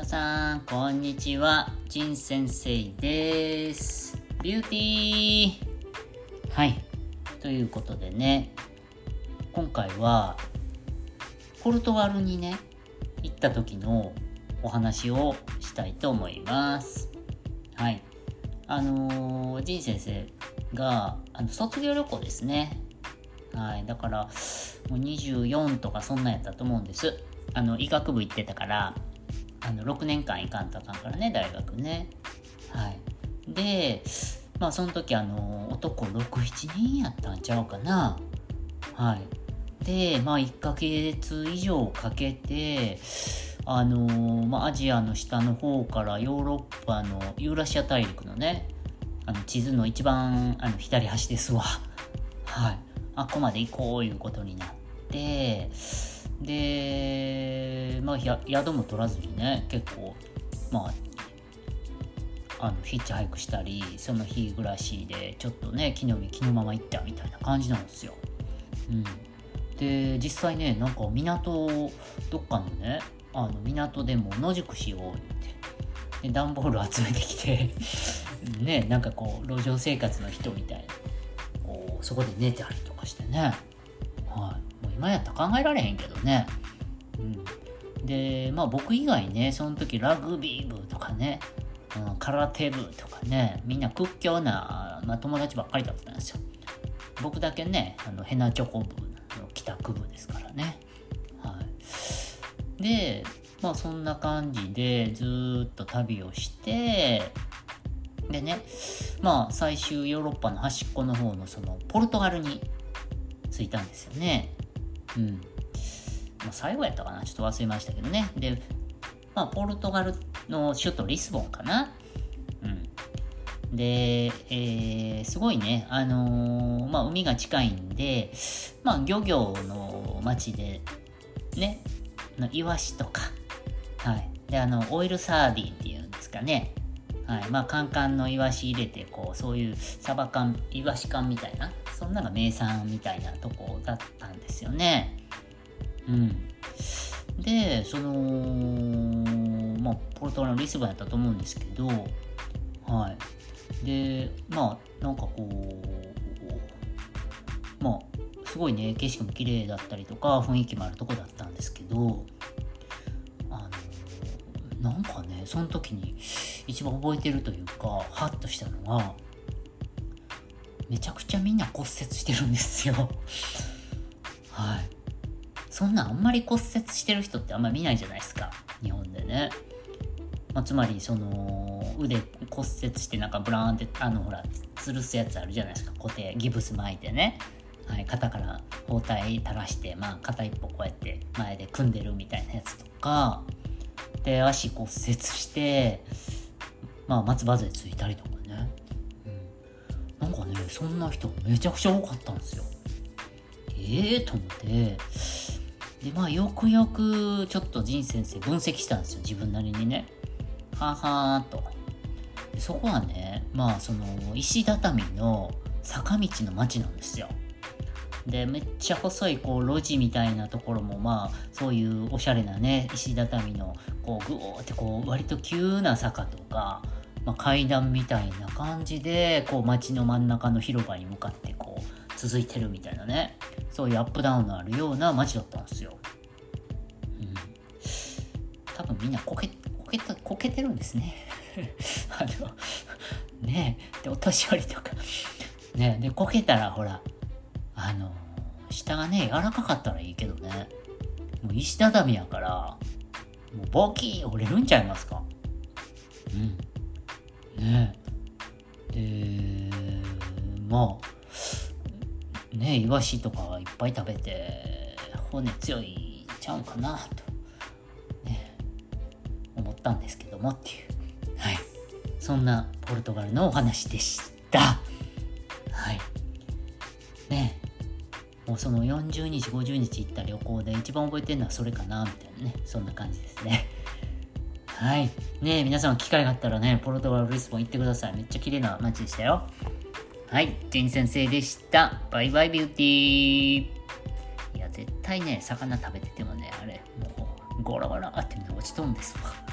さんこんにちは、ジン先生です。ビューティー。はい、ということでね、今回はポルトガルにね行った時のお話をしたいと思います。はい、ジン先生が卒業旅行ですね。はい、だからもう24とかそんなんやったと思うんです。医学部行ってたから6年間行かんとあかんからね、大学ね。はい。で、その時男6、7人やったんちゃうかな。はい。で、1ヶ月以上かけて、アジアの下の方からヨーロッパのユーラシア大陸のね、地図の一番左端ですわ。はい。ここまで行こういうことになって、で、宿も取らずにね、結構ヒッチハイクしたり、その日暮らしでちょっとね気のまま行ったみたいな感じなんですよ。で、実際ね、なんか港どっかのね港でも野宿しようってで段ボール集めてきてね、なんかこう路上生活の人みたいなこうそこで寝たりとかしてね、はい、もう今やったら考えられへんけどね。で、僕以外ね、その時ラグビー部とかね、空手部とかね、みんな屈強な、友達ばっかりだったんですよ。僕だけね、ヘナチョコ部の帰宅部ですからね。はい。で、そんな感じでずっと旅をして、でね、最終ヨーロッパの端っこの方のそのポルトガルに着いたんですよね。最後やったかな、ちょっと忘れましたけどね。で、ポルトガルの首都リスボンかな。で、すごいね、海が近いんで、漁業の町でね、イワシとか、はい。で、オイルサーディンっていうんですかね。はい。カンカンのイワシ入れて、こう、そういうサバ缶、イワシ缶みたいな、そんなのが名産みたいなとこだったんですよね。で、ポルトガルのリスボンやったと思うんですけど、はい。で、なんかこう、すごいね、景色も綺麗だったりとか、雰囲気もあるとこだったんですけど、なんかね、その時に一番覚えてるというか、ハッとしたのが、めちゃくちゃみんな骨折してるんですよ。はい。そんなあんまり骨折してる人ってあんまり見ないじゃないですか、日本でね。つまりその腕骨折してなんかブラーンって吊るすやつあるじゃないですか、固定ギブス巻いてね、はい、肩から包帯垂らして、片一歩こうやって前で組んでるみたいなやつとかで、足骨折して松葉杖ついたりとかね、なんかね、そんな人めちゃくちゃ多かったんですよ。と思って、でよくよくちょっと仁先生分析したんですよ、自分なりにね。ははーと。でそこはね、その石畳の坂道の町なんですよ。でめっちゃ細いこう路地みたいなところもそういうおしゃれなね石畳のこうグーってこう割と急な坂とか、階段みたいな感じでこう町の真ん中の広場に向かってこう続いてるみたいなね、そういうアップダウンのあるような街だったんですよ。多分みんなこけてるんですね。ねえ、でお年寄りとかね、でこけたらほら下がね柔らかかったらいいけどね、もう石畳やからもうボキー折れるんちゃいますか。ねえ、でイワシとかいっぱい食べて骨強いちゃうんかなとね思ったんですけどもっていう、はい、そんなポルトガルのお話でした。はいね、もうその40日50日行った旅行で一番覚えてるのはそれかなみたいなね、そんな感じですね。はいね、皆さん機会があったらね、ポルトガルリスボン行ってください。めっちゃ綺麗な街でしたよ。はい、ジェン先生でした。バイバイビューティー。いや絶対ね、魚食べててもね、あれもうゴロゴロって落ちとんですわ。